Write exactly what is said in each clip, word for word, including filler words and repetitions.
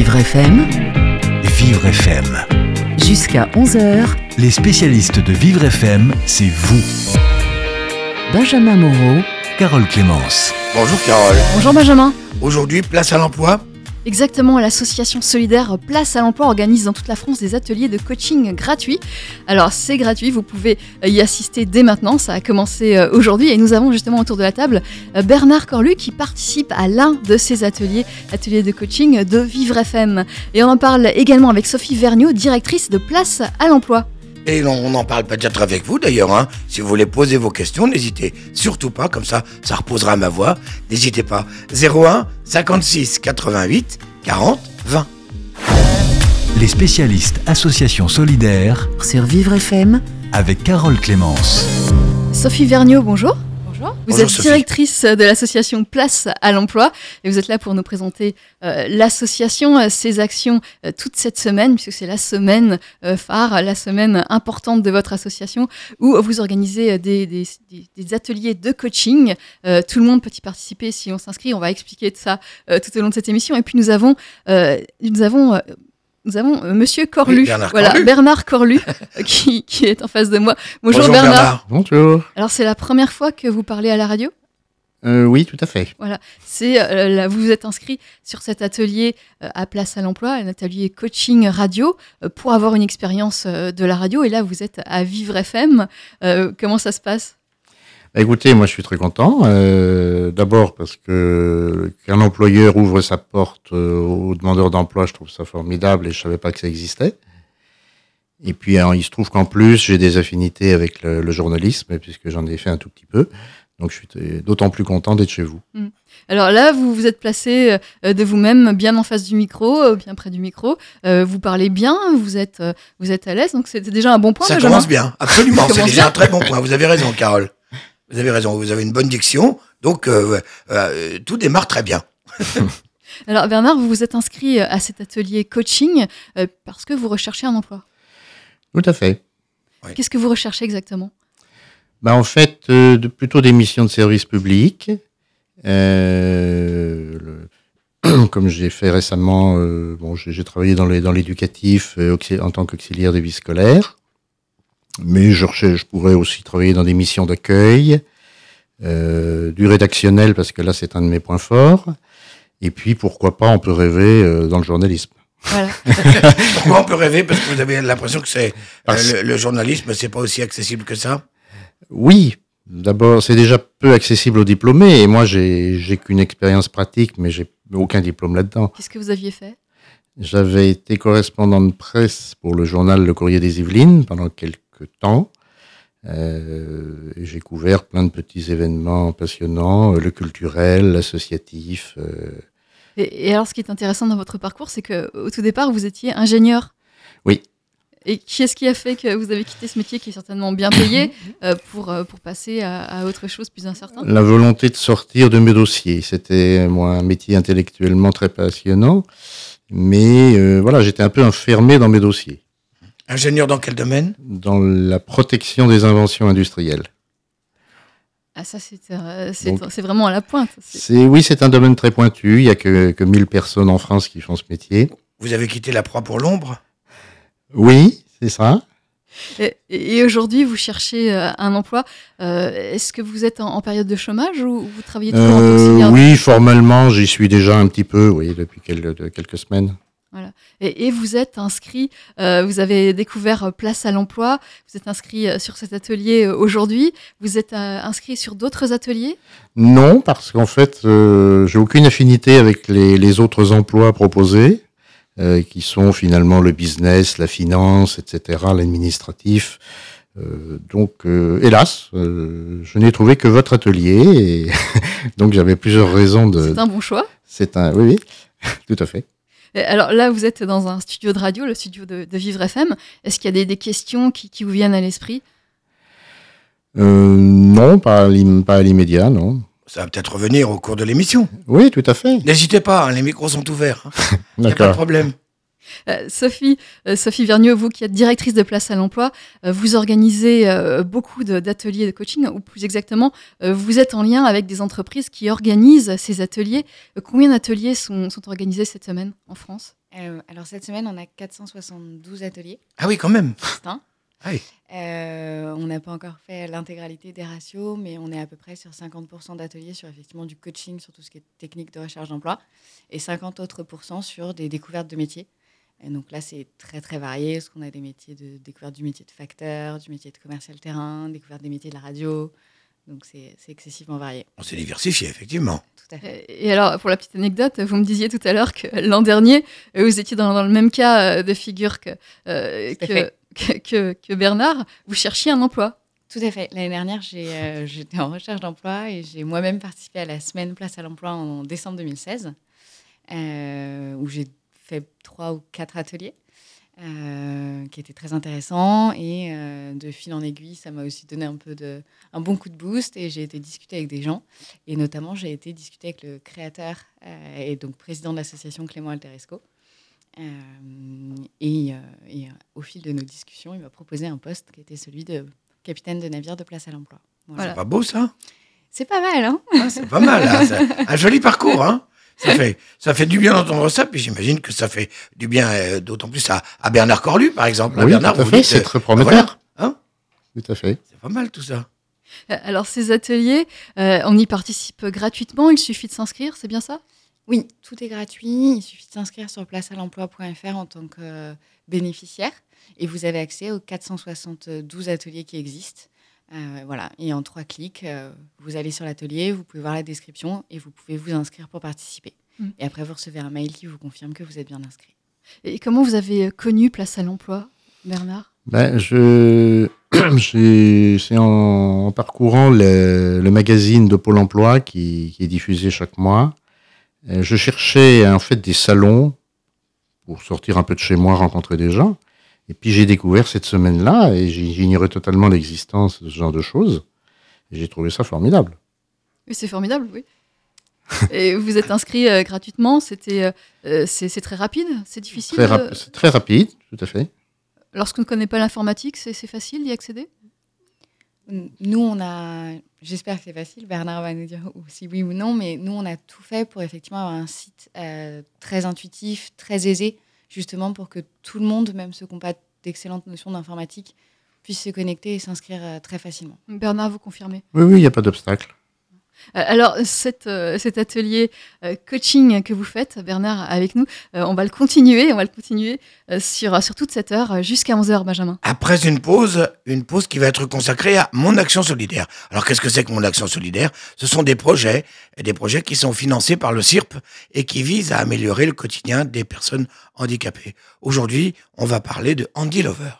Vivre F M. Vivre F M. Jusqu'à onze heures. Les spécialistes de Vivre F M, c'est vous. Benjamin Moreau. Carole Clémence. Bonjour Carole. Bonjour Benjamin. Aujourd'hui, place à l'emploi. Exactement, l'association solidaire Place à l'emploi organise dans toute la France des ateliers de coaching gratuits. Alors c'est gratuit, vous pouvez y assister dès maintenant, ça a commencé aujourd'hui et nous avons justement autour de la table Bernard Corlu qui participe à l'un de ces ateliers, ateliers de coaching de Vivre F M. Et on en parle également avec Sophie Vergniaud, directrice de Place à l'emploi. Et on en parle peut-être avec vous d'ailleurs, hein. Si vous voulez poser vos questions, n'hésitez surtout pas, comme ça, ça reposera ma voix. N'hésitez pas. zéro un cinquante-six quatre-vingt-huit quarante vingt. Les spécialistes Association solidaire Sur Vivre F M. avec Carole Clémence. Sophie Vergniaud, bonjour. Bonjour. Vous Bonjour, êtes Sophie. directrice de l'association Place à l'emploi et vous êtes là pour nous présenter euh, l'association, euh, ses actions euh, toute cette semaine, puisque c'est la semaine euh, phare, la semaine importante de votre association où vous organisez euh, des, des, des, des ateliers de coaching. Euh, tout le monde peut y participer si on s'inscrit. On va expliquer de ça euh, tout au long de cette émission. Et puis nous avons, euh, nous avons euh, Nous avons euh, Monsieur Corlu, Oui, Bernard voilà, Corlu. Bernard Corlu, euh, qui, qui est en face de moi. Bonjour, Bonjour Bernard. Bonjour. Alors c'est la première fois que vous parlez à la radio. Euh, oui, tout à fait. Voilà, c'est euh, là, vous vous êtes inscrit sur cet atelier euh, à Place à l'emploi, un atelier coaching radio euh, pour avoir une expérience euh, de la radio. Et là, vous êtes à Vivre F M. Euh, comment ça se passe ? Bah, écoutez, moi je suis très content. Euh, d'abord parce que qu'un employeur ouvre sa porte euh, aux demandeurs d'emploi, je trouve ça formidable et je savais pas que ça existait. Et puis alors, il se trouve qu'en plus j'ai des affinités avec le, le journalisme puisque j'en ai fait un tout petit peu. Donc je suis t- d'autant plus content d'être chez vous. Alors là, vous vous êtes placé euh, de vous-même bien en face du micro, euh, bien près du micro. Euh, vous parlez bien, vous êtes, euh, vous êtes à l'aise, donc c'est déjà un bon point. Ça Benjamin. commence bien, absolument. Ça C'est commence déjà bien. un très bon point. Vous avez raison, Carole. Vous avez raison. Vous avez une bonne diction. Donc, euh, euh, tout démarre très bien. Alors Bernard, vous vous êtes inscrit à cet atelier coaching euh, parce que vous recherchez un emploi. Tout à fait. Qu'est-ce que vous recherchez exactement ? Bah, en fait, euh, de, plutôt des missions de service public. Euh, le- comme j'ai fait récemment, euh, bon, j'ai, j'ai travaillé dans, les, dans l'éducatif euh, auxi- en tant qu'auxiliaire de vie scolaire. Mais je, recherche, je pourrais aussi travailler dans des missions d'accueil, euh, du rédactionnel, parce que là, c'est un de mes points forts. Et puis, pourquoi pas, on peut rêver euh, dans le journalisme. Voilà. Pourquoi on peut rêver ? Parce que vous avez l'impression que c'est, euh, Parce- le, le journalisme, c'est pas aussi accessible que ça. Oui, d'abord, c'est déjà peu accessible aux diplômés. Et moi, j'ai, j'ai qu'une expérience pratique, mais j'ai aucun diplôme là-dedans. Qu'est-ce que vous aviez fait ? J'avais été correspondant de presse pour le journal Le Courrier des Yvelines pendant quelques temps. Euh, et j'ai couvert plein de petits événements passionnants, euh, le culturel, l'associatif. Euh... Et, et alors, ce qui est intéressant dans votre parcours, c'est qu'au tout départ, vous étiez ingénieur. Oui. Et qui est-ce qui a fait que vous avez quitté ce métier qui est certainement bien payé euh, pour, euh, pour passer à, à autre chose plus incertain ? La volonté de sortir de mes dossiers. C'était moi un métier intellectuellement très passionnant, mais euh, voilà, j'étais un peu enfermé dans mes dossiers, Ingénieur dans quel domaine ? dans la protection des inventions industrielles. Ah, ça, c'est, euh, c'est, Donc- c'est vraiment à la pointe. C'est- C'est oui, c'est un domaine très pointu. Il y a que que mille personnes en France qui font ce métier. Vous avez quitté la proie pour l'ombre ? Oui, c'est ça. Et, et aujourd'hui, vous cherchez euh, un emploi. Euh, est-ce que vous êtes en, en période de chômage ou vous travaillez toujours en tant Euh, qu'auxiliaire ? oui, formellement, j'y suis déjà un petit peu, oui, depuis quelques, de- quelques semaines. Et, et vous êtes inscrit, euh, vous avez découvert euh, Place à l'emploi, vous êtes inscrit euh, sur cet atelier euh, aujourd'hui, vous êtes euh, inscrit sur d'autres ateliers ? Non, parce qu'en fait, euh, j'ai aucune affinité avec les, les autres emplois proposés, euh, qui sont finalement le business, la finance, et cetera, l'administratif. Euh, donc, euh, hélas, euh, je n'ai trouvé que votre atelier, et donc j'avais plusieurs raisons de. C'est un bon choix. C'est un, oui, oui, tout à fait. Et alors là, vous êtes dans un studio de radio, le studio de, de Vivre F M. Est-ce qu'il y a des, des questions qui, qui vous viennent à l'esprit ? Euh, non, pas à l'im- pas à l'immédiat, non. Ça va peut-être revenir au cours de l'émission. Oui, tout à fait. N'hésitez pas, hein, les micros sont ouverts. Il n'y a pas de D'accord. problème. Euh, Sophie, euh, Sophie Vergniaud, vous qui êtes directrice de Place à l'Emploi, euh, vous organisez euh, beaucoup de, d'ateliers de coaching, ou plus exactement, euh, vous êtes en lien avec des entreprises qui organisent ces ateliers. Euh, combien d'ateliers sont, sont organisés cette semaine en France ? Euh, alors cette semaine, on a quatre cent soixante-douze ateliers. Ah oui, quand même. Distincts. Ah oui. Euh, on n'a pas encore fait l'intégralité des ratios, mais on est à peu près sur cinquante pour cent d'ateliers sur effectivement du coaching, sur tout ce qui est technique de recherche d'emploi, et cinquante autres pourcents sur des découvertes de métiers. Et donc là, c'est très très varié, parce qu'on a des métiers de découverte du métier de facteur, du métier de commercial terrain, découverte des métiers de la radio. Donc c'est, c'est excessivement varié. On s'est diversifié, effectivement. Tout à fait. Et alors, pour la petite anecdote, vous me disiez tout à l'heure que l'an dernier, vous étiez dans, dans le même cas de figure que, euh, que, que, que, que Bernard. Vous cherchiez un emploi. Tout à fait. L'année dernière, j'ai, euh, j'étais en recherche d'emploi et j'ai moi-même participé à la semaine Place à l'Emploi en décembre deux mille seize, euh, où j'ai fait trois ou quatre ateliers. Euh, qui était très intéressant et euh, de fil en aiguille, ça m'a aussi donné un peu de, un bon coup de boost et j'ai été discuter avec des gens et notamment j'ai été discuter avec le créateur euh, et donc président de l'association Clément Alteresco euh, et, euh, et euh, au fil de nos discussions, il m'a proposé un poste qui était celui de capitaine de navire de Place à l'Emploi. Voilà. C'est pas beau ça ? C'est pas mal, hein ? Ah, c'est pas mal, hein, c'est un joli parcours, hein. Ça fait, ça fait du bien d'entendre ça, puis j'imagine que ça fait du bien, euh, d'autant plus à, à Bernard Corlu, par exemple. Oui, Bernard, tout à vous fait, dites, c'est euh, très prometteur. Voilà, hein, Tout à fait. c'est pas mal tout ça. Alors, ces ateliers, euh, on y participe gratuitement, il suffit de s'inscrire, c'est bien ça ? Oui, tout est gratuit. Il suffit de s'inscrire sur place à l'emploi point f r en tant que euh, bénéficiaire et vous avez accès aux quatre cent soixante-douze ateliers qui existent. Euh, voilà. Et en trois clics, euh, vous allez sur l'atelier, vous pouvez voir la description et vous pouvez vous inscrire pour participer. Mmh. Et après, vous recevez un mail qui vous confirme que vous êtes bien inscrit. Et comment vous avez connu Place à l'Emploi, Bernard ? Ben, je... J'ai... C'est en, en parcourant le, le magazine de Pôle emploi qui, qui est diffusé chaque mois. Je cherchais en fait des salons pour sortir un peu de chez moi, rencontrer des gens. Et puis j'ai découvert cette semaine-là et j'ignorais totalement l'existence de ce genre de choses. Et j'ai trouvé ça formidable. Oui, c'est formidable, oui. Et vous êtes inscrit euh, gratuitement, c'était, euh, c'est, c'est très rapide, c'est difficile très rap- C'est très rapide, tout à fait. Lorsqu'on ne connaît pas l'informatique, c'est, c'est facile d'y accéder ? Nous, on a... J'espère que c'est facile, Bernard va nous dire si oui ou non, mais nous, on a tout fait pour effectivement avoir un site euh, très intuitif, très aisé, justement pour que tout le monde, même ceux qui n'ont pas d'excellentes notions d'informatique, puissent se connecter et s'inscrire euh, très facilement. Bernard, vous confirmez ? Oui, oui, il n'y a pas d'obstacle. Euh, alors, cette, euh, cet atelier euh, coaching que vous faites, Bernard, avec nous, euh, on va le continuer, on va le continuer euh, sur, sur toute cette heure, jusqu'à onze heures, Benjamin. Après une pause, une pause qui va être consacrée à Mon Action Solidaire. Alors, qu'est-ce que c'est que Mon Action Solidaire ? Ce sont des projets, des projets qui sont financés par le C I R P et qui visent à améliorer le quotidien des personnes handicapées. Aujourd'hui, on va parler de Andy Lover.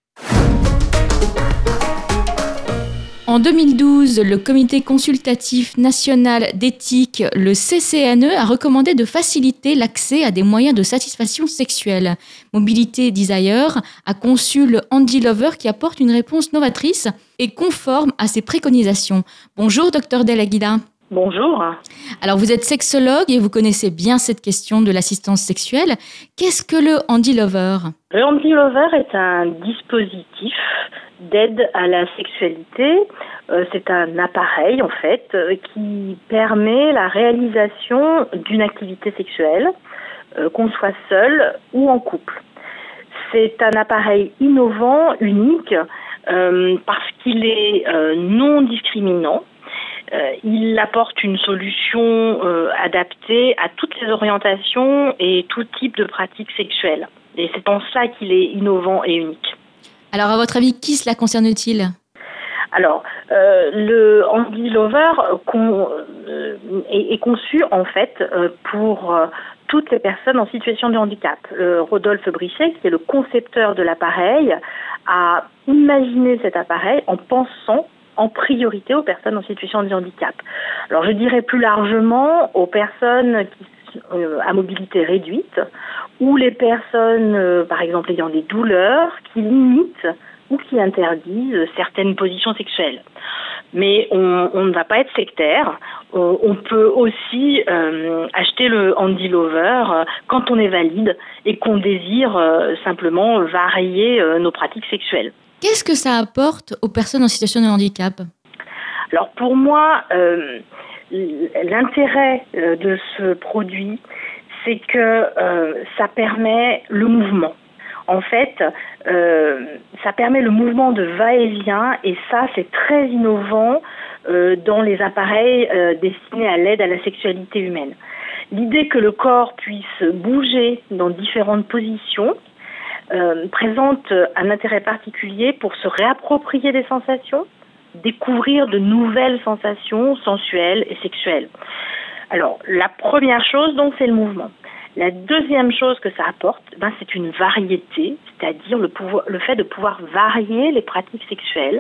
En deux mille douze, le Comité consultatif national d'éthique, le C C N E, a recommandé de faciliter l'accès à des moyens de satisfaction sexuelle. Mobilité Desire a conçu le Andy Lover qui apporte une réponse novatrice et conforme à ses préconisations. Bonjour, docteur Delaguida. Bonjour. Alors, vous êtes sexologue et vous connaissez bien cette question de l'assistance sexuelle. Qu'est-ce que le Andy Lover ? Le Andy Lover est un dispositif d'aide à la sexualité. Euh, c'est un appareil, en fait, euh, qui permet la réalisation d'une activité sexuelle, euh, qu'on soit seul ou en couple. C'est un appareil innovant, unique, euh, parce qu'il est euh, non discriminant. Euh, il apporte une solution euh, adaptée à toutes les orientations et tout type de pratiques sexuelles. Et c'est en ça qu'il est innovant et unique. Alors, à votre avis, qui cela concerne-t-il ? Alors, euh, le Andy Lover con, euh, est, est conçu en fait euh, pour euh, toutes les personnes en situation de handicap. Le Rodolphe Brichet, qui est le concepteur de l'appareil, a imaginé cet appareil en pensant en priorité aux personnes en situation de handicap. Alors, je dirais plus largement aux personnes qui euh, à mobilité réduite ou les personnes, euh, par exemple, ayant des douleurs qui limitent ou qui interdisent certaines positions sexuelles. Mais on, on ne va pas être sectaire. On, on peut aussi euh, acheter le Handy Lover euh, quand on est valide et qu'on désire euh, simplement varier euh, nos pratiques sexuelles. Qu'est-ce que ça apporte aux personnes en situation de handicap ? Alors pour moi, euh, l'intérêt euh, de ce produit, c'est que euh, ça permet le mouvement. En fait, euh, ça permet le mouvement de va-et-vient et ça, c'est très innovant euh, dans les appareils euh, destinés à l'aide à la sexualité humaine. L'idée que le corps puisse bouger dans différentes positions euh, présente un intérêt particulier pour se réapproprier des sensations, découvrir de nouvelles sensations sensuelles et sexuelles. Alors, la première chose, donc, c'est le mouvement. La deuxième chose que ça apporte, ben, c'est une variété, c'est-à-dire le, pouvoir, le fait de pouvoir varier les pratiques sexuelles.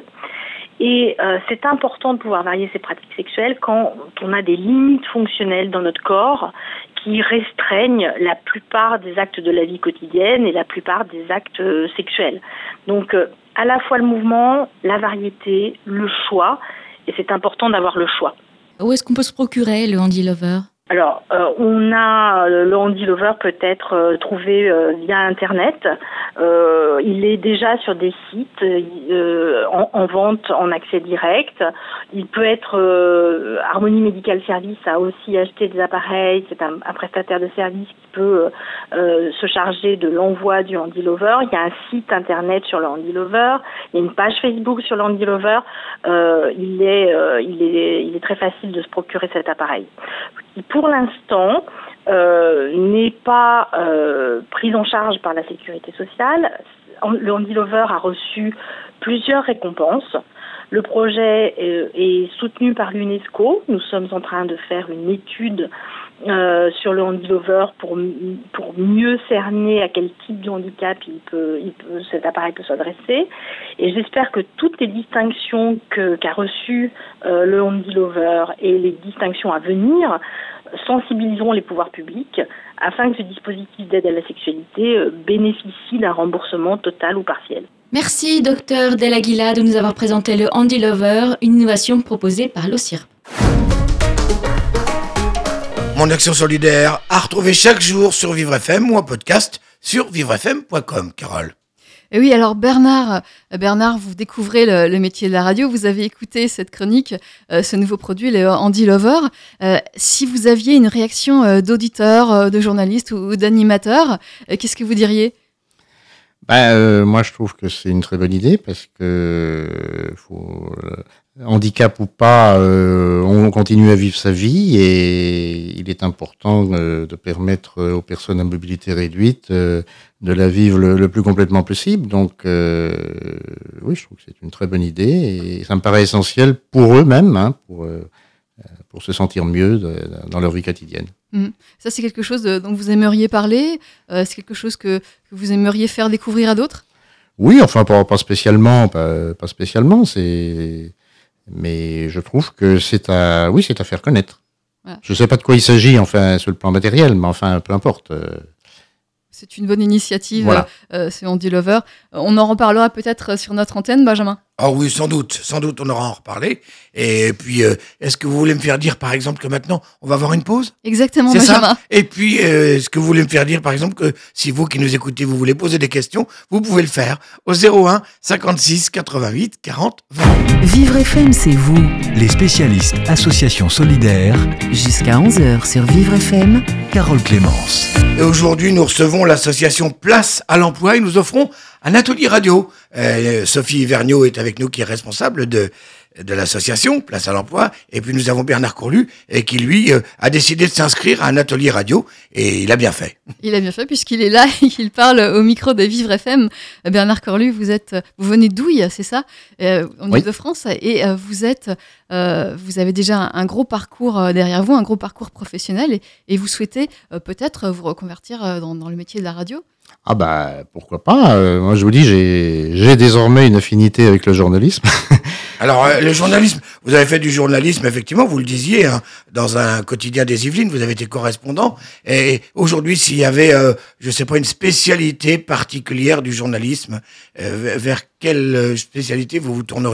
Et euh, c'est important de pouvoir varier ces pratiques sexuelles quand on a des limites fonctionnelles dans notre corps qui restreignent la plupart des actes de la vie quotidienne et la plupart des actes euh, sexuels. Donc, euh, à la fois le mouvement, la variété, le choix, et c'est important d'avoir le choix. Où est-ce qu'on peut se procurer le Handy Lover ? Alors, euh, on a euh, le Handy Lover peut être euh, trouvé euh, via Internet. Euh, il est déjà sur des sites euh, en, en vente en accès direct. Il peut être euh, Harmonie Medical Service a aussi acheté des appareils. C'est un, un prestataire de service qui peut euh, se charger de l'envoi du Handy Lover. Il y a un site Internet sur le Handy Lover. Il y a une page Facebook sur le Handy Lover. Euh, il est, euh, il est, il est très facile de se procurer cet appareil. Pour l'instant, euh, n'est pas euh, prise en charge par la sécurité sociale. Le Handy Lover a reçu plusieurs récompenses. Le projet est, est soutenu par l'UNESCO. Nous sommes en train de faire une étude euh, sur le Handy Lover pour, pour mieux cerner à quel type de handicap il peut, il peut, cet appareil peut s'adresser. Et j'espère que toutes les distinctions que, qu'a reçues euh, le Handy Lover et les distinctions à venir sensibiliseront les pouvoirs publics afin que ce dispositif d'aide à la sexualité euh, bénéficie d'un remboursement total ou partiel. Merci, docteur Delaguila, de nous avoir présenté le Handy Lover, une innovation proposée par l'O C I R P. Mon action solidaire à retrouver chaque jour sur Vivre F M ou en podcast sur vivre f m point com. Carole. Et oui, alors Bernard, Bernard, vous découvrez le, le métier de la radio, vous avez écouté cette chronique, euh, ce nouveau produit, le Handy Lover. Euh, si vous aviez une réaction euh, d'auditeur, euh, de journaliste ou, ou d'animateur, euh, qu'est-ce que vous diriez ? Ben, euh, moi, je trouve que c'est une très bonne idée parce que euh, faut, euh, handicap ou pas, euh, on continue à vivre sa vie et il est important euh, de permettre aux personnes à mobilité réduite euh, de la vivre le, le plus complètement possible. Donc, euh, oui, je trouve que c'est une très bonne idée et ça me paraît essentiel pour eux-mêmes, hein, pour, euh, pour se sentir mieux de, de, dans leur vie quotidienne. Mmh. Ça, c'est quelque chose de, dont vous aimeriez parler euh, C'est quelque chose que, que vous aimeriez faire découvrir à d'autres ? Oui, enfin, pas, pas spécialement, pas, pas spécialement, c'est... mais je trouve que c'est à, oui, c'est à faire connaître. Voilà. Je ne sais pas de quoi il s'agit, enfin, sur le plan matériel, mais enfin, peu importe. C'est une bonne initiative, voilà. euh, ce Handy Lover. On en reparlera peut-être sur notre antenne, Benjamin. Ah oui, sans doute, sans doute, on aura en reparlé. Et puis, euh, est-ce que vous voulez me faire dire, par exemple, que maintenant, on va avoir une pause ? Exactement, c'est Benjamin. Ça. Et puis, euh, est-ce que vous voulez me faire dire, par exemple, que si vous qui nous écoutez, vous voulez poser des questions, vous pouvez le faire au zéro un cinquante-six quatre-vingt-huit quarante vingt. Vivre F M, c'est vous. Les spécialistes Association Solidaire. Jusqu'à onze heures sur Vivre F M. Carole Clémence. Et aujourd'hui, nous recevons l'association Place à l'Emploi et nous offrons un atelier radio. Euh, Sophie Vergniaud est avec nous, qui est responsable de, de l'association Place à l'Emploi. Et puis nous avons Bernard Courlu, et qui lui euh, a décidé de s'inscrire à un atelier radio. Et il a bien fait. Il a bien fait puisqu'il est là et qu'il parle au micro de Vivre F M. Bernard Courlu, vous êtes, vous venez d'Ouille, c'est ça, euh, en oui. Ile-de-France, et euh, vous êtes, euh, vous avez déjà un, un gros parcours euh, derrière vous, un gros parcours professionnel, et, et vous souhaitez euh, peut-être vous reconvertir euh, dans, dans le métier de la radio. Ah bah pourquoi pas. Euh, moi je vous dis, j'ai j'ai désormais une affinité avec le journalisme. Alors euh, le journalisme, vous avez fait du journalisme, effectivement, vous le disiez, hein, dans un quotidien des Yvelines, vous avez été correspondant. Et aujourd'hui, s'il y avait, euh, je sais pas, une spécialité particulière du journalisme, euh, vers quelle spécialité vous vous tourneriez ?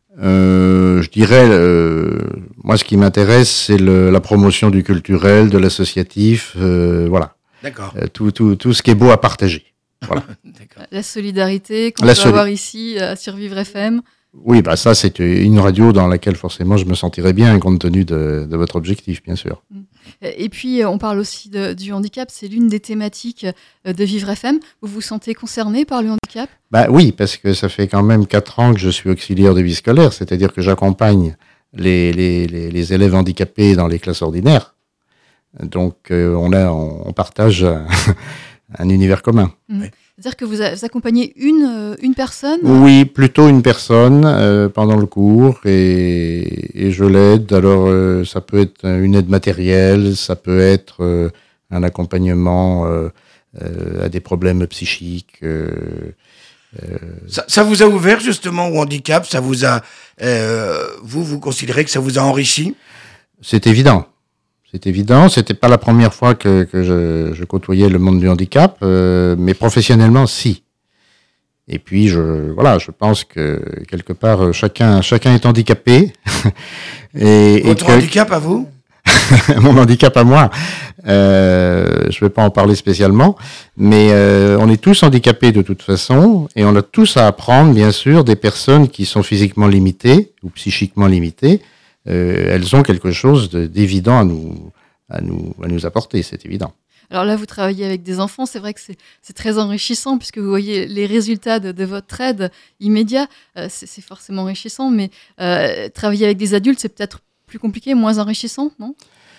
euh, Je dirais, euh, moi, ce qui m'intéresse, c'est le, la promotion du culturel, de l'associatif, euh, voilà. D'accord. Euh, tout, tout, tout ce qui est beau à partager. Voilà. Euh, La solidarité qu'on La peut soli- avoir ici euh, sur Vivre F M. Oui, bah ça, c'est une radio dans laquelle forcément je me sentirais bien, compte tenu de, de votre objectif, bien sûr. Et puis, euh, on parle aussi de- du handicap. C'est l'une des thématiques euh, de Vivre F M. Vous vous sentez concerné par le handicap ? Bah oui, parce que ça fait quand même quatre ans que je suis auxiliaire de vie scolaire, c'est-à-dire que j'accompagne les, les, les, les élèves handicapés dans les classes ordinaires. Donc, euh, on, a, on, on partage un, un univers commun. Mm. Oui. C'est-à-dire que vous, a- vous accompagnez une, euh, une personne ? Oui, plutôt une personne euh, pendant le cours et, et je l'aide. Alors, euh, ça peut être une aide matérielle, ça peut être euh, un accompagnement euh, euh, à des problèmes psychiques. Euh, euh, Ça, ça vous a ouvert justement au handicap. Ça vous a, euh, vous, vous considérez que ça vous a enrichi? c'est évident. C'est évident. C'était pas la première fois que, que je, je côtoyais le monde du handicap, euh, mais professionnellement, si. Et puis, je, voilà, je pense que quelque part, chacun, chacun est handicapé. et, Votre et que, handicap à vous? mon handicap à moi, euh, je ne vais pas en parler spécialement, mais euh, on est tous handicapés de toute façon, et on a tous à apprendre, bien sûr, des personnes qui sont physiquement limitées ou psychiquement limitées. Euh, elles ont quelque chose de, d'évident à nous, à, nous, à nous apporter, c'est évident. Alors là, vous travaillez avec des enfants. C'est vrai que c'est, c'est très enrichissant puisque vous voyez les résultats de, de votre aide immédiat. Euh, c'est, c'est forcément enrichissant, mais euh, travailler avec des adultes, c'est peut-être plus compliqué, moins enrichissant, non ?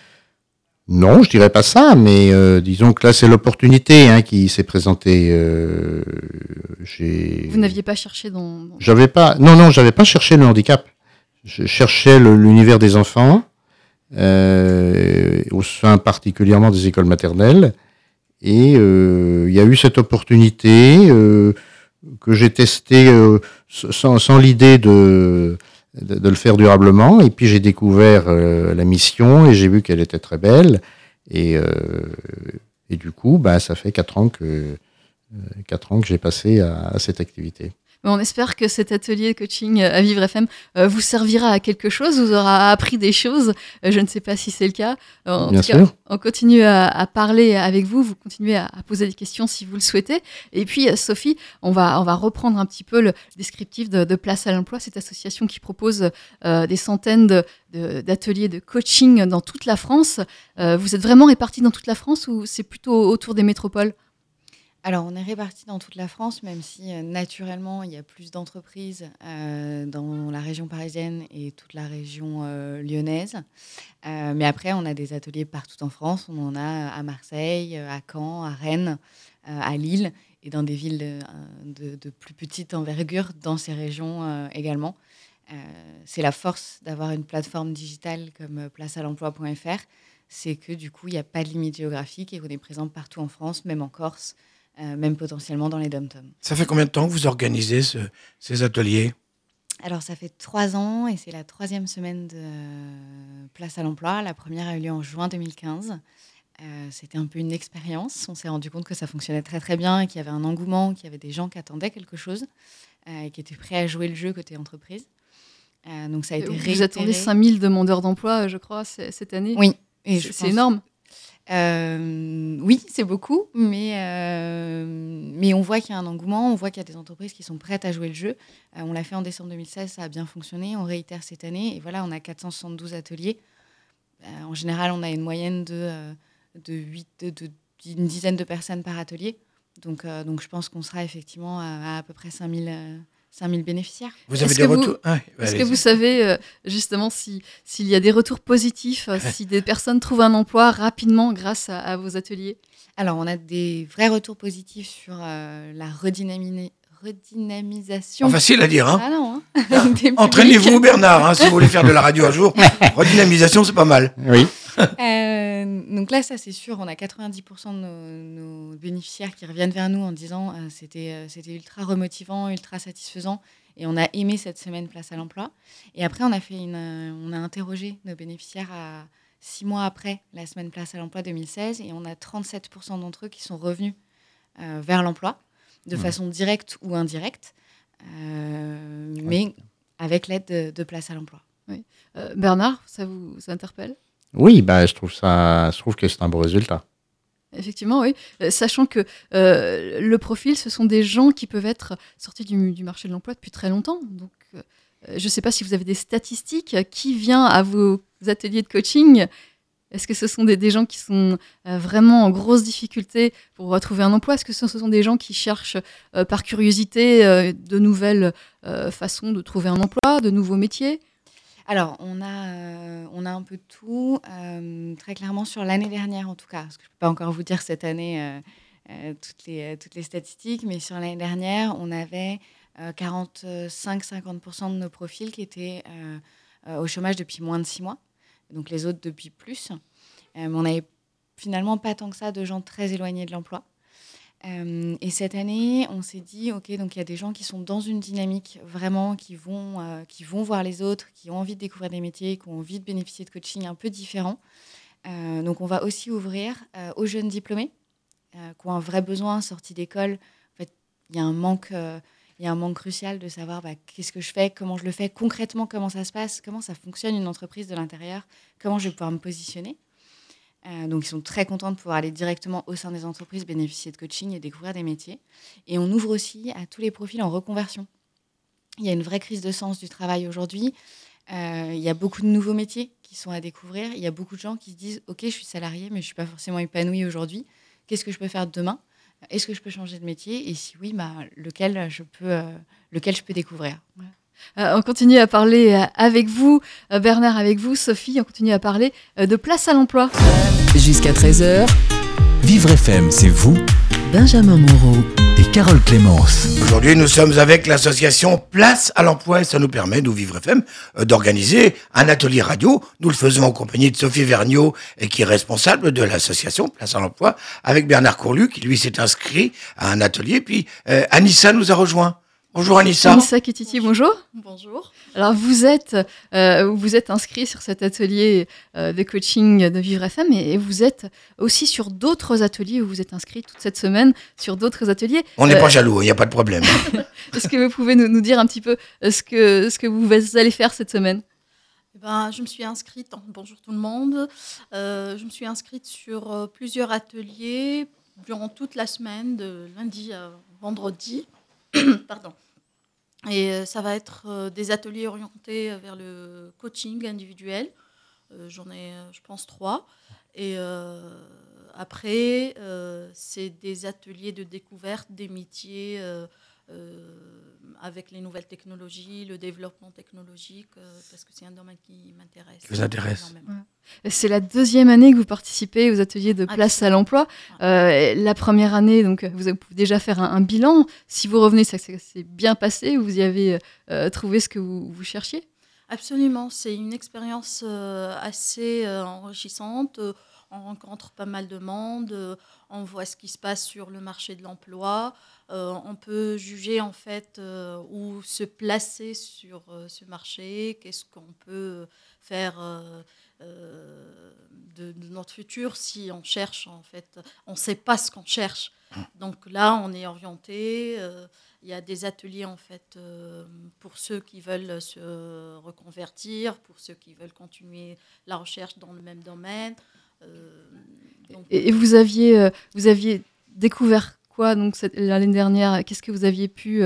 Non, je dirais pas ça, mais euh, disons que là, c'est l'opportunité hein, qui s'est présentée. Euh, j'ai... Vous n'aviez pas cherché dans... dans... J'avais pas, non, non, j'avais pas cherché le handicap. Je cherchais le, l'univers des enfants, euh, au sein particulièrement des écoles maternelles. Et euh, il y a eu cette opportunité euh, que j'ai testée euh, sans, sans l'idée de, de, de le faire durablement. Et puis j'ai découvert euh, la mission et j'ai vu qu'elle était très belle. Et, euh, et du coup, bah, ça fait quatre ans que, quatre ans que j'ai passé à, à cette activité. Mais on espère que cet atelier de coaching à Vivre F M euh, vous servira à quelque chose, vous aura appris des choses. Euh, je ne sais pas si c'est le cas. Euh, en Bien tout cas, sûr. on continue à, à parler avec vous, vous continuez à, à poser des questions si vous le souhaitez. Et puis, euh, Sophie, on va, on va reprendre un petit peu le descriptif de, de Place à l'emploi, cette association qui propose euh, des centaines de, de, d'ateliers de coaching dans toute la France. Euh, vous êtes vraiment répartis dans toute la France ou c'est plutôt autour des métropoles ? Alors, on est répartis dans toute la France, même si euh, naturellement, il y a plus d'entreprises euh, dans la région parisienne et toute la région euh, lyonnaise. Euh, mais après, on a des ateliers partout en France. On en a à Marseille, à Caen, à Rennes, euh, à Lille et dans des villes de, de, de plus petite envergure dans ces régions euh, également. Euh, c'est la force d'avoir une plateforme digitale comme place à l'emploi point f r. C'est que du coup, il n'y a pas de limite géographique et qu'on est présent partout en France, même en Corse. Euh, même potentiellement dans les dom-toms. Ça fait combien de temps que vous organisez ce, ces ateliers? Alors, ça fait trois ans et c'est la troisième semaine de euh, Place à l'emploi. La première a eu lieu en juin deux mille quinze. Euh, c'était un peu une expérience. On s'est rendu compte que ça fonctionnait très très bien, qu'il y avait un engouement, qu'il y avait des gens qui attendaient quelque chose euh, et qui étaient prêts à jouer le jeu côté entreprise. Euh, donc, ça a été Vous réitéré. attendez cinq mille demandeurs d'emploi, je crois, c- cette année. Oui. Et c'est, je c'est pense... énorme. Euh, oui, c'est beaucoup, mais, euh, mais on voit qu'il y a un engouement, on voit qu'il y a des entreprises qui sont prêtes à jouer le jeu. Euh, on l'a fait en décembre deux mille seize, ça a bien fonctionné, on réitère cette année, et voilà, on a quatre cent soixante-douze ateliers. Euh, en général, on a une moyenne de, euh, de, huit, de, de une dizaine de personnes par atelier, donc, euh, donc je pense qu'on sera effectivement à à, à peu près cinq mille, euh, cinq mille bénéficiaires. Vous avez Est-ce des que vous- retours? Ah, Est-ce allez-y. que vous savez euh, justement si, s'il y a des retours positifs, euh, si des personnes trouvent un emploi rapidement grâce à, à vos ateliers ? Alors, on a des vrais retours positifs sur euh, la redynami- redynamisation. Pas facile à dire, hein? Ah non, hein. Des Entraînez-vous, publics. Bernard, hein, si vous voulez faire de la radio un jour. Redynamisation, c'est pas mal. Oui. Euh, donc là, ça c'est sûr, on a quatre-vingt-dix pour cent de nos, nos bénéficiaires qui reviennent vers nous en disant euh, c'était, euh, c'était ultra remotivant, ultra satisfaisant, et on a aimé cette semaine Place à l'emploi. Et après, on a, fait une, euh, on a interrogé nos bénéficiaires à six mois après la semaine Place à l'emploi deux mille seize, et on a trente-sept pour cent d'entre eux qui sont revenus euh, vers l'emploi, de Mmh. façon directe ou indirecte. Euh, mais avec l'aide de, de Place à l'emploi. Oui. Euh, Bernard, ça vous, ça interpelle ? Oui, bah, je, trouve ça, je trouve que c'est un bon résultat. Effectivement, oui. Euh, sachant que euh, le profil, ce sont des gens qui peuvent être sortis du, du marché de l'emploi depuis très longtemps. Donc, euh, je ne sais pas si vous avez des statistiques. Qui vient à vos ateliers de coaching ? Est-ce que ce sont des, des gens qui sont euh, vraiment en grosse difficulté pour euh, trouver un emploi ? Est-ce que ce, ce sont des gens qui cherchent euh, par curiosité euh, de nouvelles euh, façons de trouver un emploi, de nouveaux métiers ? Alors, on a, euh, on a un peu de tout, euh, très clairement sur l'année dernière en tout cas, parce que je ne peux pas encore vous dire cette année euh, euh, toutes, les, toutes les statistiques, mais sur l'année dernière, on avait euh, quarante-cinq à cinquante pour cent de nos profils qui étaient euh, euh, au chômage depuis moins de six mois, donc les autres depuis plus. Euh, mais on n'avait finalement pas tant que ça de gens très éloignés de l'emploi. Euh, et cette année, on s'est dit, ok, donc il y a des gens qui sont dans une dynamique vraiment, qui vont, euh, qui vont voir les autres, qui ont envie de découvrir des métiers, qui ont envie de bénéficier de coaching un peu différents. Euh, donc on va aussi ouvrir euh, aux jeunes diplômés euh, qui ont un vrai besoin, sortis d'école. En fait, il y a un manque, euh, il y a un manque crucial de savoir bah, qu'est-ce que je fais, comment je le fais, concrètement comment ça se passe, comment ça fonctionne une entreprise de l'intérieur, comment je vais pouvoir me positionner. Euh, donc, ils sont très contents de pouvoir aller directement au sein des entreprises, bénéficier de coaching et découvrir des métiers. Et on ouvre aussi à tous les profils en reconversion. Il y a une vraie crise de sens du travail aujourd'hui. Euh, il y a beaucoup de nouveaux métiers qui sont à découvrir. Il y a beaucoup de gens qui se disent « Ok, je suis salarié, mais je ne suis pas forcément épanouie aujourd'hui. Qu'est-ce que je peux faire demain ? Est-ce que je peux changer de métier ? Et si oui, bah, lequel, je peux, euh, lequel je peux découvrir ?» Voilà. Euh, on continue à parler euh, avec vous, euh, Bernard, avec vous, Sophie, on continue à parler euh, de Place à l'emploi. Jusqu'à treize heures, Vivre F M, c'est vous Benjamin Moreau et Carole Clémence. Aujourd'hui, nous sommes avec l'association Place à l'emploi et ça nous permet, nous Vivre F M, euh, d'organiser un atelier radio. Nous le faisons en compagnie de Sophie Vergniaud, et qui est responsable de l'association Place à l'emploi, avec Bernard Courlu, qui lui s'est inscrit à un atelier. Puis euh, Anissa nous a rejoint. Bonjour Anissa. Anissa Ketiti, bonjour. Bonjour. Alors vous êtes, euh, vous êtes inscrit sur cet atelier euh, de coaching de Vivre F M et, et vous êtes aussi sur d'autres ateliers où vous êtes inscrit toute cette semaine sur d'autres ateliers. On n'est Euh, pas jaloux, il n'y a pas de problème. Est-ce que vous pouvez nous, nous dire un petit peu ce que, ce que vous allez faire cette semaine ? Eh ben, je me suis inscrite, en- bonjour tout le monde, Euh, je me suis inscrite sur euh, plusieurs ateliers durant toute la semaine, de lundi à vendredi. Pardon. Et euh, ça va être euh, des ateliers orientés vers le coaching individuel. Euh, j'en ai, euh, je pense, trois. Et euh, après, euh, c'est des ateliers de découverte des métiers euh, euh, avec les nouvelles technologies, le développement technologique, euh, parce que c'est un domaine qui m'intéresse. Qui vous intéresse. énormément. C'est la deuxième année que vous participez aux ateliers de Place à l'emploi. Euh, la première année, donc, vous pouvez déjà faire un, un bilan. Si vous revenez, ça, ça s'est bien passé. Vous y avez euh, trouvé ce que vous, vous cherchiez ? Absolument, c'est une expérience euh, assez euh, enrichissante. Euh, On rencontre pas mal de monde, euh, on voit ce qui se passe sur le marché de l'emploi. Euh, on peut juger en fait euh, où se placer sur euh, ce marché, qu'est-ce qu'on peut faire euh, euh, de, de notre futur si on cherche en fait, on ne sait pas ce qu'on cherche. Donc là, on est orienté. Euh, il y a des ateliers en fait euh, pour ceux qui veulent se reconvertir, pour ceux qui veulent continuer la recherche dans le même domaine. Euh, donc, Et, et vous aviez, euh, vous aviez découvert quoi donc cette- l'année dernière ? Qu'est-ce que vous aviez pu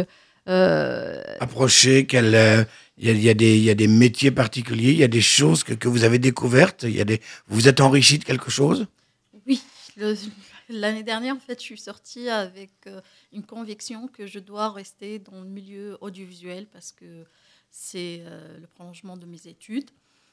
euh, Approcher, quel, euh, il y, a- il y, a des- il y a des métiers particuliers, il y a des choses que, que vous avez découvertes, il y a des, vous vous êtes enrichi de quelque chose ? Oui, le- l'année dernière, en fait, je suis sortie avec euh, une conviction que je dois rester dans le milieu audiovisuel parce que c'est euh, le prolongement de mes études.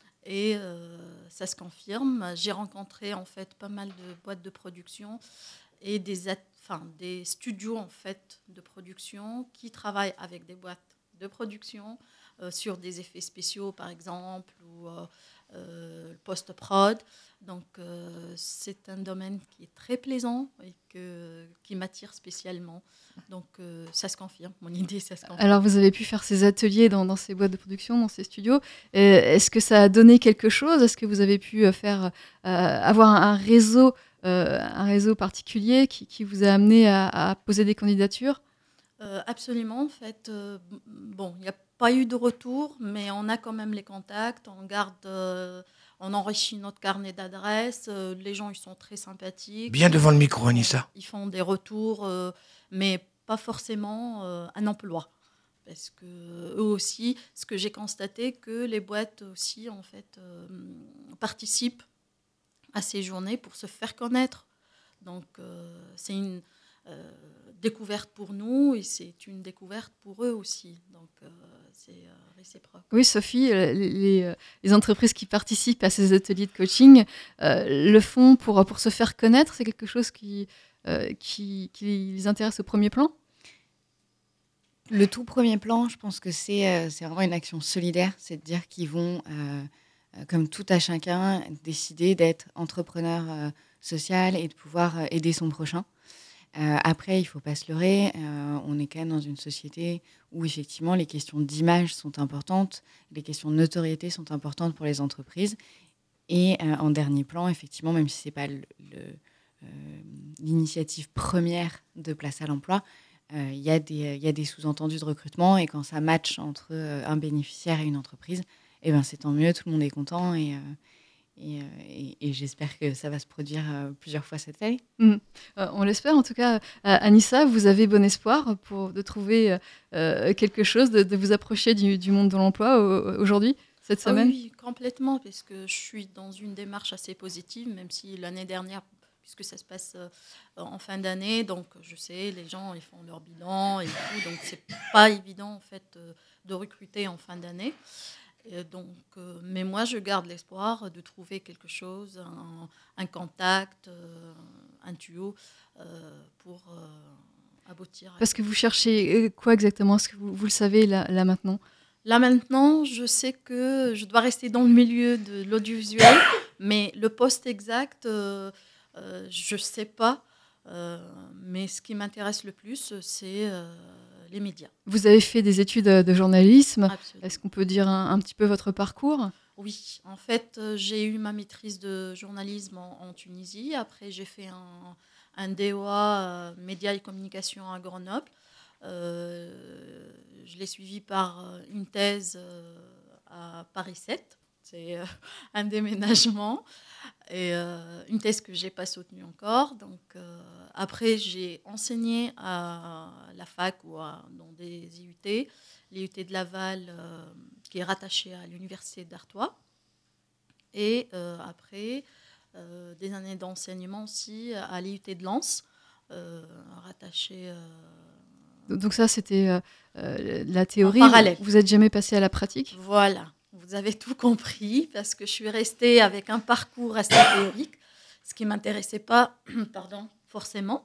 Et euh, ça se confirme. J'ai rencontré en fait pas mal de boîtes de production et des, at- enfin, des studios en fait de production qui travaillent avec des boîtes de production euh, sur des effets spéciaux par exemple ou euh, euh, post-prod. Donc euh, c'est un domaine qui est très plaisant et que, qui m'attire spécialement. Donc euh, ça se confirme, mon idée, ça se confirme. Alors, vous avez pu faire ces ateliers dans, dans ces boîtes de production, dans ces studios. Euh, Est-ce que ça a donné quelque chose ? Est-ce que vous avez pu euh, faire, euh, avoir un réseau, euh, un réseau particulier qui, qui vous a amené à, à poser des candidatures ? Euh, absolument, en fait. Euh, bon, il y a pas eu de retour, mais on a quand même les contacts, on garde, euh, on enrichit notre carnet d'adresses, euh, les gens ils sont très sympathiques. Bien devant le micro, Anissa. Ils font des retours, euh, mais pas forcément euh, un emploi. Parce que eux aussi, ce que j'ai constaté, que les boîtes aussi en fait euh, participent à ces journées pour se faire connaître. Donc euh, c'est une euh, découverte pour nous et c'est une découverte pour eux aussi. Donc euh, c'est euh, réciproque. Oui, Sophie, euh, les, les, les entreprises qui participent à ces ateliers de coaching euh, le font pour, pour se faire connaître. C'est quelque chose qui, euh, qui, qui les intéresse au premier plan? Le tout premier plan, je pense que c'est, euh, c'est vraiment une action solidaire. C'est de dire qu'ils vont, euh, euh, comme tout à chacun, décider d'être entrepreneur euh, social et de pouvoir euh, aider son prochain. Euh, après, il ne faut pas se leurrer. Euh, on est quand même dans une société où, effectivement, les questions d'image sont importantes. Les questions de notoriété sont importantes pour les entreprises. Et euh, en dernier plan, effectivement, même si ce n'est pas le, le, euh, l'initiative première de Place à l'emploi, il euh, y, y a des sous-entendus de recrutement. Et quand ça match entre euh, un bénéficiaire et une entreprise, eh ben, c'est tant mieux, tout le monde est content. Et... Euh, Et, euh, et, et j'espère que ça va se produire euh, plusieurs fois cette année. Mmh. Euh, on l'espère. En tout cas, euh, Anissa, vous avez bon espoir pour, de trouver euh, quelque chose, de, de vous approcher du, du monde de l'emploi euh, aujourd'hui, cette semaine. Ah oui, complètement, parce que je suis dans une démarche assez positive, même si l'année dernière, puisque ça se passe euh, en fin d'année, donc je sais, les gens ils font leur bilan et tout, donc c'est pas évident en fait euh, de recruter en fin d'année. Et donc, euh, mais moi, je garde l'espoir de trouver quelque chose, un, un contact, euh, un tuyau euh, pour euh, aboutir. Parce que vous cherchez quoi exactement? Est-ce que vous, vous le savez là, là maintenant? Là maintenant, je sais que je dois rester dans le milieu de l'audiovisuel, mais le poste exact, euh, euh, je ne sais pas. Euh, mais ce qui m'intéresse le plus, c'est euh, les médias. Vous avez fait des études de journalisme. Absolument. Est-ce qu'on peut dire un, un petit peu votre parcours? Oui, en fait, euh, j'ai eu ma maîtrise de journalisme en, en Tunisie. Après, j'ai fait un, un D O A euh, médias et communication à Grenoble. Euh, je l'ai suivi par une thèse euh, à Paris sept. C'est euh, un déménagement. Et euh, une thèse que je n'ai pas soutenue encore. Donc, euh, après, j'ai enseigné à la fac ou à, dans des I U T, l'I U T de Laval, euh, qui est rattaché à l'Université d'Artois. Et euh, après, euh, des années d'enseignement aussi à l'I U T de Lens, euh, rattaché... Euh, Donc ça, c'était euh, euh, la théorie. En parallèle. Vous n'êtes jamais passé à la pratique? Voilà. Vous avez tout compris, parce que je suis restée avec un parcours assez théorique, ce qui ne m'intéressait pas pardon, forcément.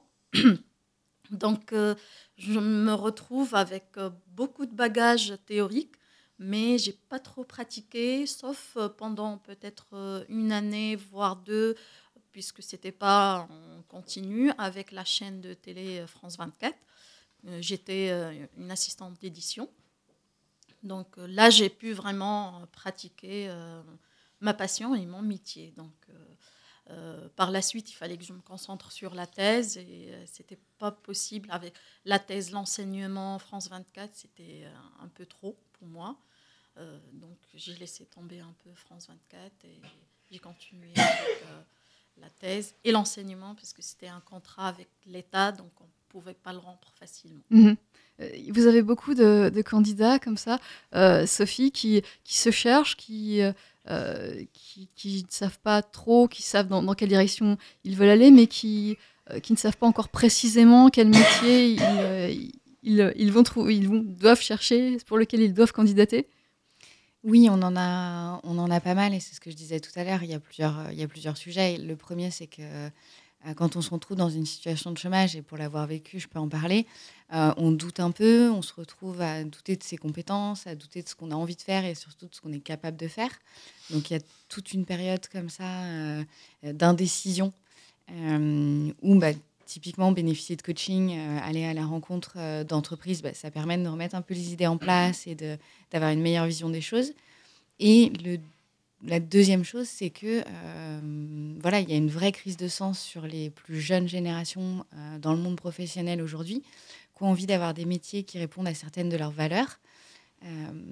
Donc, euh, je me retrouve avec euh, beaucoup de bagages théoriques, mais je n'ai pas trop pratiqué, sauf euh, pendant peut-être euh, une année, voire deux, puisque ce n'était pas en continu, avec la chaîne de télé France vingt-quatre. Euh, j'étais euh, une assistante d'édition. Donc euh, là, j'ai pu vraiment pratiquer euh, ma passion et mon métier. Donc, euh, euh, par la suite, il fallait que je me concentre sur la thèse et euh, ce n'était pas possible. Avec la thèse, l'enseignement France vingt-quatre, c'était euh, un peu trop pour moi. Euh, donc, j'ai laissé tomber un peu France vingt-quatre et j'ai continué avec euh, la thèse et l'enseignement parce que c'était un contrat avec l'État, donc on ne pouvait pas le rompre facilement. Mmh. Vous avez beaucoup de, de candidats comme ça, euh, Sophie, qui, qui se cherchent, qui, euh, qui, qui ne savent pas trop, qui savent dans, dans quelle direction ils veulent aller, mais qui, euh, qui ne savent pas encore précisément quel métier ils, euh, ils, ils, vont trouver, ils vont, doivent chercher, pour lequel ils doivent candidater. Oui, on en a, on en a pas mal, et c'est ce que je disais tout à l'heure. Il y a plusieurs, il y a plusieurs sujets. Le premier, c'est que euh, quand on se retrouve dans une situation de chômage, et pour l'avoir vécu, je peux en parler, euh, on doute un peu, on se retrouve à douter de ses compétences, à douter de ce qu'on a envie de faire et surtout de ce qu'on est capable de faire. Donc, il y a toute une période comme ça euh, d'indécision euh, où, bah, typiquement, bénéficier de coaching, euh, aller à la rencontre euh, d'entreprises, bah, ça permet de remettre un peu les idées en place et de, d'avoir une meilleure vision des choses. Et le, la deuxième chose, c'est que euh, voilà, il y a une vraie crise de sens sur les plus jeunes générations euh, dans le monde professionnel aujourd'hui, qui ont envie d'avoir des métiers qui répondent à certaines de leurs valeurs. euh,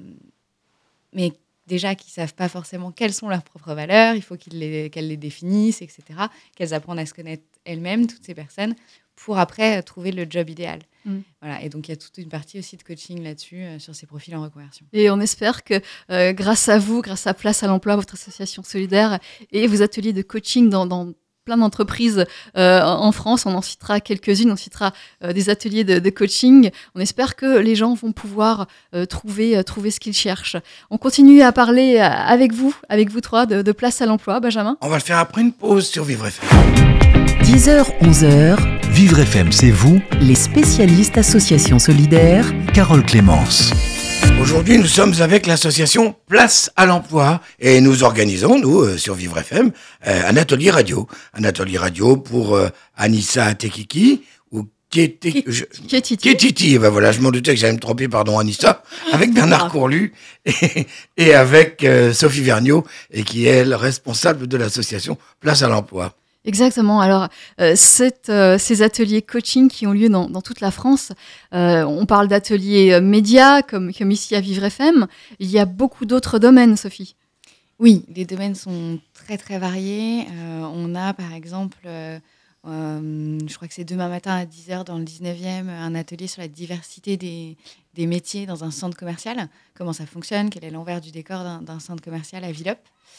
mais déjà qu'ils ne savent pas forcément quelles sont leurs propres valeurs, il faut qu'ils les, qu'elles les définissent, et cetera, qu'elles apprennent à se connaître elles-mêmes, toutes ces personnes, pour après trouver le job idéal. Mmh. Voilà. Et donc, il y a toute une partie aussi de coaching là-dessus, euh, sur ces profils en reconversion. Et on espère que euh, grâce à vous, grâce à Place à l'emploi, votre association solidaire et vos ateliers de coaching dans, dans plein d'entreprises euh, en France, on en citera quelques-unes, on citera euh, des ateliers de, de coaching. On espère que les gens vont pouvoir euh, trouver, euh, trouver ce qu'ils cherchent. On continue à parler euh, avec vous, avec vous trois, de, de Place à l'emploi. Benjamin ? On va le faire après une pause sur Vivre F M. dix heures, onze heures. Vivre F M, c'est vous. Les spécialistes associations solidaires. Carole Clémence. Aujourd'hui, nous sommes avec l'association Place à l'emploi et nous organisons, nous, euh, sur Vivre F M, euh, un atelier radio. Un atelier radio pour euh, Anissa Tekiki ou Kété- je- Kétiti. Kétiti. Ben voilà, je m'en doutais que j'allais me tromper, pardon, Anissa, avec Bernard Courlu et, et avec euh, Sophie Vergniaud, et qui est elle responsable de l'association Place à l'emploi. Exactement. Alors, euh, cette, euh, ces ateliers coaching qui ont lieu dans, dans toute la France, euh, on parle d'ateliers euh, médias, comme, comme ici à Vivre F M. Il y a beaucoup d'autres domaines, Sophie. Oui, les domaines sont très, très variés. Euh, on a, par exemple, euh, euh, je crois que c'est demain matin à dix heures dans le dix-neuvième, un atelier sur la diversité des, des métiers dans un centre commercial. Comment ça fonctionne, quel est l'envers du décor d'un, d'un centre commercial à Villop.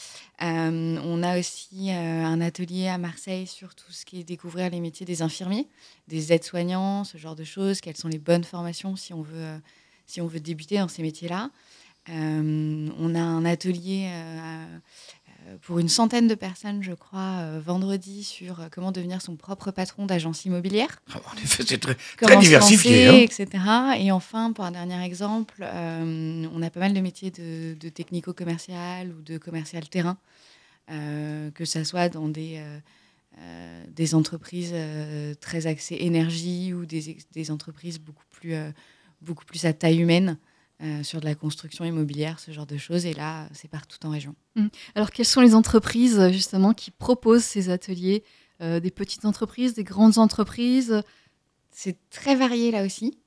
Euh, on a aussi euh, un atelier à Marseille sur tout ce qui est découvrir les métiers des infirmiers, des aides-soignants, ce genre de choses. Quelles sont les bonnes formations si on veut, euh, si on veut débuter dans ces métiers-là. Euh, on a un atelier euh, pour une centaine de personnes, je crois, euh, vendredi, sur euh, comment devenir son propre patron d'agence immobilière. En effet, c'est très, Comment très diversifié. se lancer, Hein. et cetera. Et enfin, pour un dernier exemple, euh, on a pas mal de métiers de, de technico-commercial ou de commercial terrain, euh, que ça soit dans des, euh, euh, des entreprises euh, très axées énergie ou des, des entreprises beaucoup plus, euh, beaucoup plus à taille humaine. Euh, sur de la construction immobilière, ce genre de choses. Et là, c'est partout en région. Mmh. Alors, quelles sont les entreprises, justement, qui proposent ces ateliers ? euh, Des petites entreprises, des grandes entreprises ? C'est très varié, là aussi.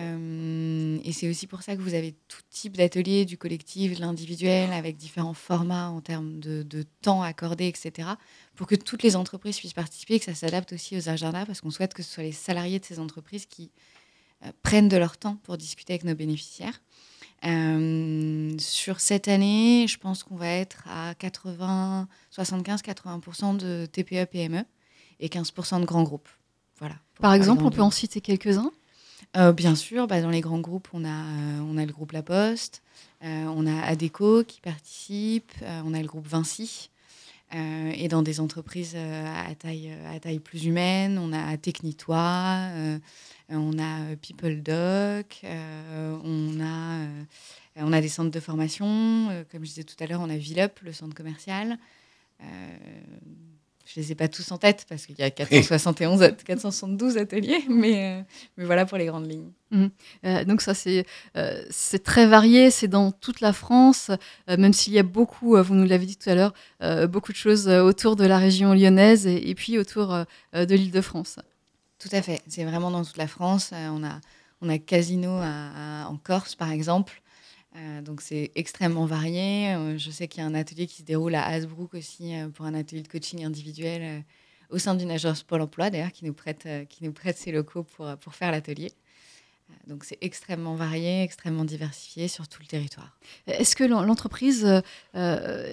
Euh, et c'est aussi pour ça que vous avez tout type d'ateliers, du collectif, de l'individuel, avec différents formats en termes de, de temps accordé, et cetera, pour que toutes les entreprises puissent participer et que ça s'adapte aussi aux agendas, parce qu'on souhaite que ce soit les salariés de ces entreprises qui euh, prennent de leur temps pour discuter avec nos bénéficiaires. Euh, sur cette année, je pense qu'on va être à quatre-vingts, soixante-quinze à quatre-vingts pour cent de T P E P M E et quinze pour cent de grands groupes. Voilà, Par exemple, on peut en citer quelques-uns ? euh, Bien sûr, bah, dans les grands groupes, on a, euh, on a le groupe La Poste, euh, on a Adecco qui participe, euh, on a le groupe Vinci. Euh, et dans des entreprises euh, à, taille, à taille plus humaine, on a Technitois, euh, on a PeopleDoc, euh, on, a, euh, on a des centres de formation. Euh, comme je disais tout à l'heure, on a Villop, le centre commercial. Euh, je ne les ai pas tous en tête parce qu'il y a quatre cent soixante et onze, quatre cent soixante-douze ateliers, mais, euh, mais voilà pour les grandes lignes. Mmh. Euh, donc ça, c'est, euh, c'est très varié, c'est dans toute la France, euh, même s'il y a beaucoup, euh, vous nous l'avez dit tout à l'heure, euh, beaucoup de choses euh, autour de la région lyonnaise et, et puis autour euh, de l'Île-de-France. Tout à fait, c'est vraiment dans toute la France. Euh, on a, on a Casino à, à, en Corse, par exemple. Euh, donc c'est extrêmement varié. Euh, je sais qu'il y a un atelier qui se déroule à Hasbrook aussi euh, pour un atelier de coaching individuel euh, au sein d'une agence Pôle emploi, d'ailleurs, qui nous prête, euh, qui nous prête ses locaux pour, pour faire l'atelier. Euh, donc c'est extrêmement varié, extrêmement diversifié sur tout le territoire. Est-ce que l'entreprise euh,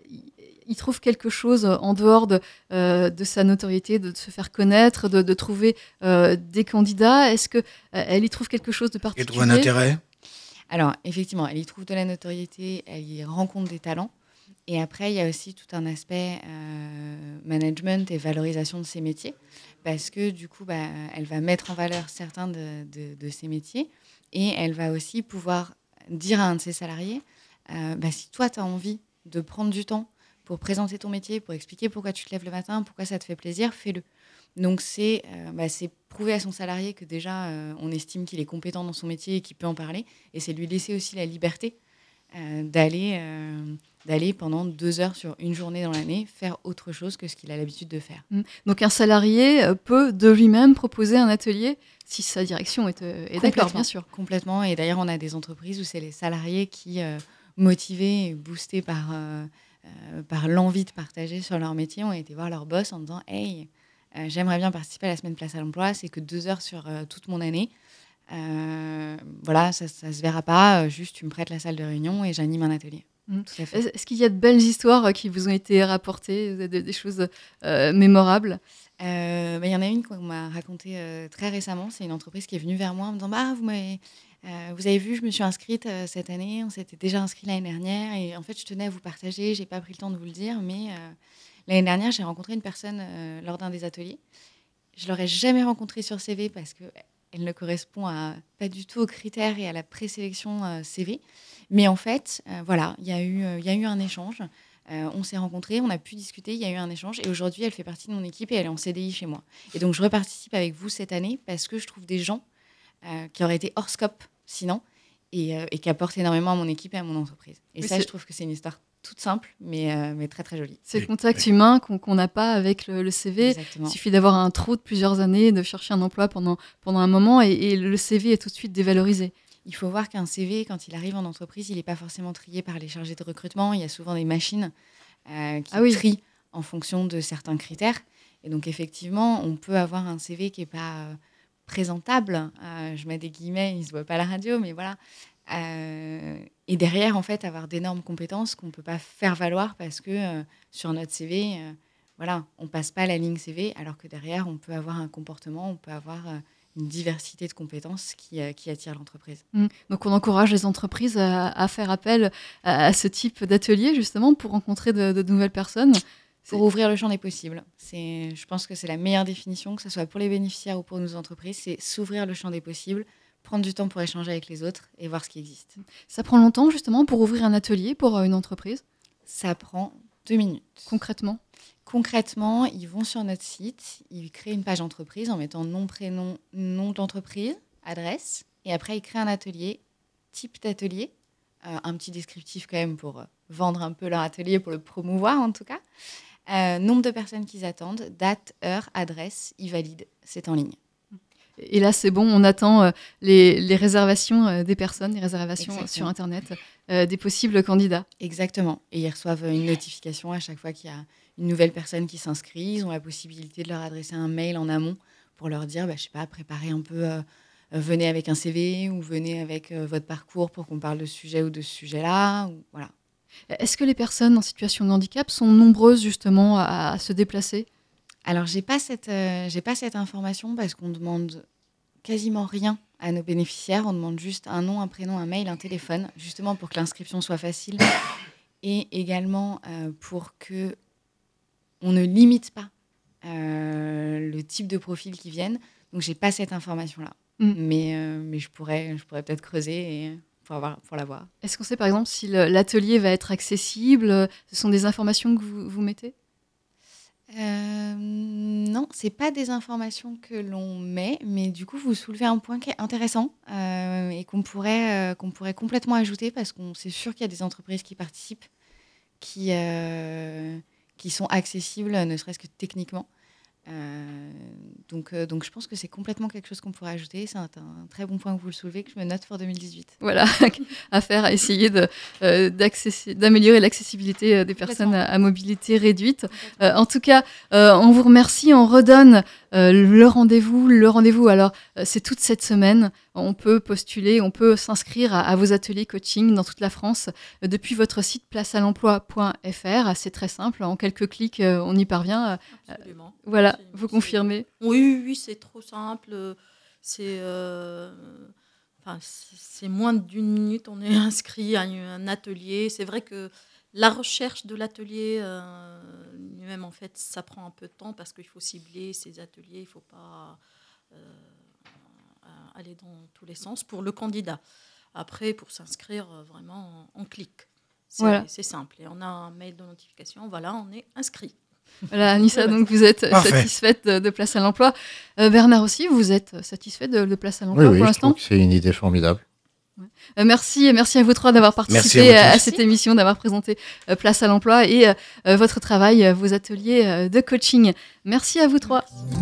y trouve quelque chose en dehors de, euh, de sa notoriété, de se faire connaître, de, de trouver euh, des candidats ? Est-ce qu'elle euh, y trouve quelque chose de particulier ? Elle trouve un intérêt ? Alors, effectivement, elle y trouve de la notoriété, elle y rencontre des talents. Et après, il y a aussi tout un aspect euh, management et valorisation de ces métiers. Parce que, du coup, bah, elle va mettre en valeur certains de, de, de ces métiers. Et elle va aussi pouvoir dire à un de ses salariés, euh, bah, si toi, tu as envie de prendre du temps pour présenter ton métier, pour expliquer pourquoi tu te lèves le matin, pourquoi ça te fait plaisir, fais-le. Donc, c'est, euh, bah, c'est prouver à son salarié que déjà, euh, on estime qu'il est compétent dans son métier et qu'il peut en parler. Et c'est lui laisser aussi la liberté euh, d'aller, euh, d'aller pendant deux heures sur une journée dans l'année faire autre chose que ce qu'il a l'habitude de faire. Mmh. Donc un salarié euh, peut de lui-même proposer un atelier si sa direction est, euh, est d'accord, bien sûr. Complètement. Et d'ailleurs, on a des entreprises où c'est les salariés qui, euh, motivés et boostés par, euh, euh, par l'envie de partager sur leur métier, ont été voir leur boss en disant « Hey, euh, j'aimerais bien participer à la semaine place à l'emploi, c'est que deux heures sur euh, toute mon année. Euh, voilà, ça ne se verra pas, juste tu me prêtes la salle de réunion et j'anime un atelier. » Mmh. Tout à fait. Est-ce qu'il y a de belles histoires qui vous ont été rapportées, des, des choses euh, mémorables? Euh, bah, y en a une qu'on m'a racontée euh, très récemment. C'est une entreprise qui est venue vers moi en me disant bah, vous, m'avez, euh, vous avez vu, je me suis inscrite euh, cette année, on s'était déjà inscrit l'année dernière et en fait, je tenais à vous partager, j'ai pas pris le temps de vous le dire, mais euh, l'année dernière, j'ai rencontré une personne euh, lors d'un des ateliers. Je l'aurais jamais rencontrée sur C V parce que elle ne correspond à, pas du tout aux critères et à la présélection euh, C V. Mais en fait, euh, voilà, il y a eu, euh, y a eu un échange. Euh, on s'est rencontrés, on a pu discuter, il y a eu un échange. Et aujourd'hui, elle fait partie de mon équipe et elle est en C D I chez moi. Et donc, je reparticipe avec vous cette année parce que je trouve des gens euh, qui auraient été hors scope sinon et, euh, et qui apportent énormément à mon équipe et à mon entreprise. Et oui, ça, c'est... je trouve que c'est une histoire toute simple, mais, euh, mais très, très jolie. C'est le contact oui. humain qu'on, qu'on n'a pas avec le, le C V. Exactement. Il suffit d'avoir un trou de plusieurs années, de chercher un emploi pendant, pendant un moment et, et le C V est tout de suite dévalorisé. Il faut voir qu'un C V, quand il arrive en entreprise, il n'est pas forcément trié par les chargés de recrutement. Il y a souvent des machines euh, qui ah oui. trient en fonction de certains critères. Et donc, effectivement, on peut avoir un C V qui n'est pas euh, présentable. Euh, je mets des guillemets, il ne se voit pas à la radio, mais voilà. Euh, et derrière, en fait, avoir d'énormes compétences qu'on ne peut pas faire valoir parce que euh, sur notre C V, euh, voilà, on ne passe pas la ligne C V, alors que derrière, on peut avoir un comportement, on peut avoir... Euh, une diversité de compétences qui, euh, qui attire l'entreprise. Mmh. Donc on encourage les entreprises à, à faire appel à, à ce type d'atelier justement pour rencontrer de, de nouvelles personnes. C'est... Pour ouvrir le champ des possibles. C'est, je pense que c'est la meilleure définition, que ce soit pour les bénéficiaires ou pour nos entreprises, c'est s'ouvrir le champ des possibles, prendre du temps pour échanger avec les autres et voir ce qui existe. Ça prend longtemps justement pour ouvrir un atelier pour une entreprise? Ça prend deux minutes. Concrètement? Concrètement, ils vont sur notre site, ils créent une page entreprise en mettant nom, prénom, nom de l'entreprise, adresse, et après ils créent un atelier, type d'atelier, euh, un petit descriptif quand même pour euh, vendre un peu leur atelier, pour le promouvoir en tout cas, euh, nombre de personnes qu'ils attendent, date, heure, adresse, ils valident, c'est en ligne. Et là, c'est bon, on attend euh, les, les réservations euh, des personnes, les réservations Exactement. Sur Internet euh, des possibles candidats. Exactement. Et ils reçoivent une notification à chaque fois qu'il y a une nouvelle personne qui s'inscrit. Ils ont la possibilité de leur adresser un mail en amont pour leur dire, bah, je sais pas, préparez un peu, euh, venez avec un C V ou venez avec euh, votre parcours pour qu'on parle de ce sujet ou de ce sujet-là. Ou, voilà. Est-ce que les personnes en situation de handicap sont nombreuses justement à, à se déplacer ? Alors, j'ai pas cette, euh, j'ai pas cette information parce qu'on demande quasiment rien à nos bénéficiaires. On demande juste un nom, un prénom, un mail, un téléphone, justement pour que l'inscription soit facile et également euh, pour que on ne limite pas euh, le type de profil qui viennent. Donc, j'ai pas cette information-là, mmh. mais euh, mais je pourrais, je pourrais peut-être creuser et pour avoir, pour l'avoir. Est-ce qu'on sait par exemple si le, l'atelier va être accessible ? Ce sont des informations que vous, vous mettez ? Euh, non, c'est pas des informations que l'on met, mais du coup, vous soulevez un point qui est intéressant euh, et qu'on pourrait, euh, qu'on pourrait complètement ajouter parce qu'on c'est sûr qu'il y a des entreprises qui participent, qui, euh, qui sont accessibles, ne serait-ce que techniquement. Euh, donc, euh, donc, je pense que c'est complètement quelque chose qu'on pourrait ajouter. C'est un, un très bon point que vous le soulevez, que je me note pour deux mille dix-huit. Voilà, à faire, à essayer de, euh, d'améliorer l'accessibilité des personnes à, à mobilité réduite. Euh, en tout cas, euh, on vous remercie. On redonne euh, le rendez-vous. Le rendez-vous, alors, euh, c'est toute cette semaine. On peut postuler, on peut s'inscrire à, à vos ateliers coaching dans toute la France euh, depuis votre site place à l'emploi point f r. C'est très simple. En quelques clics, euh, on y parvient. Absolument. Euh, voilà. C'est, vous confirmez ? Oui, oui, oui, c'est trop simple. C'est, euh, enfin, c'est, c'est moins d'une minute, on est inscrit à un atelier. C'est vrai que la recherche de l'atelier euh, lui-même, en fait, ça prend un peu de temps parce qu'il faut cibler ces ateliers. Il ne faut pas euh, aller dans tous les sens pour le candidat. Après, pour s'inscrire, vraiment, on clique. C'est, voilà. C'est simple. Et on a un mail de notification. Voilà, on est inscrit. Voilà, Anissa, donc vous êtes Parfait. satisfaite de, de Place à l'emploi. Euh, Bernard aussi, vous êtes satisfait de, de Place à l'emploi oui, oui, pour l'instant ? Oui, je trouve que c'est une idée formidable. Euh, merci, merci à vous trois d'avoir participé à, à cette émission, d'avoir présenté euh, Place à l'emploi et euh, votre travail, vos ateliers euh, de coaching. Merci à vous trois. Merci.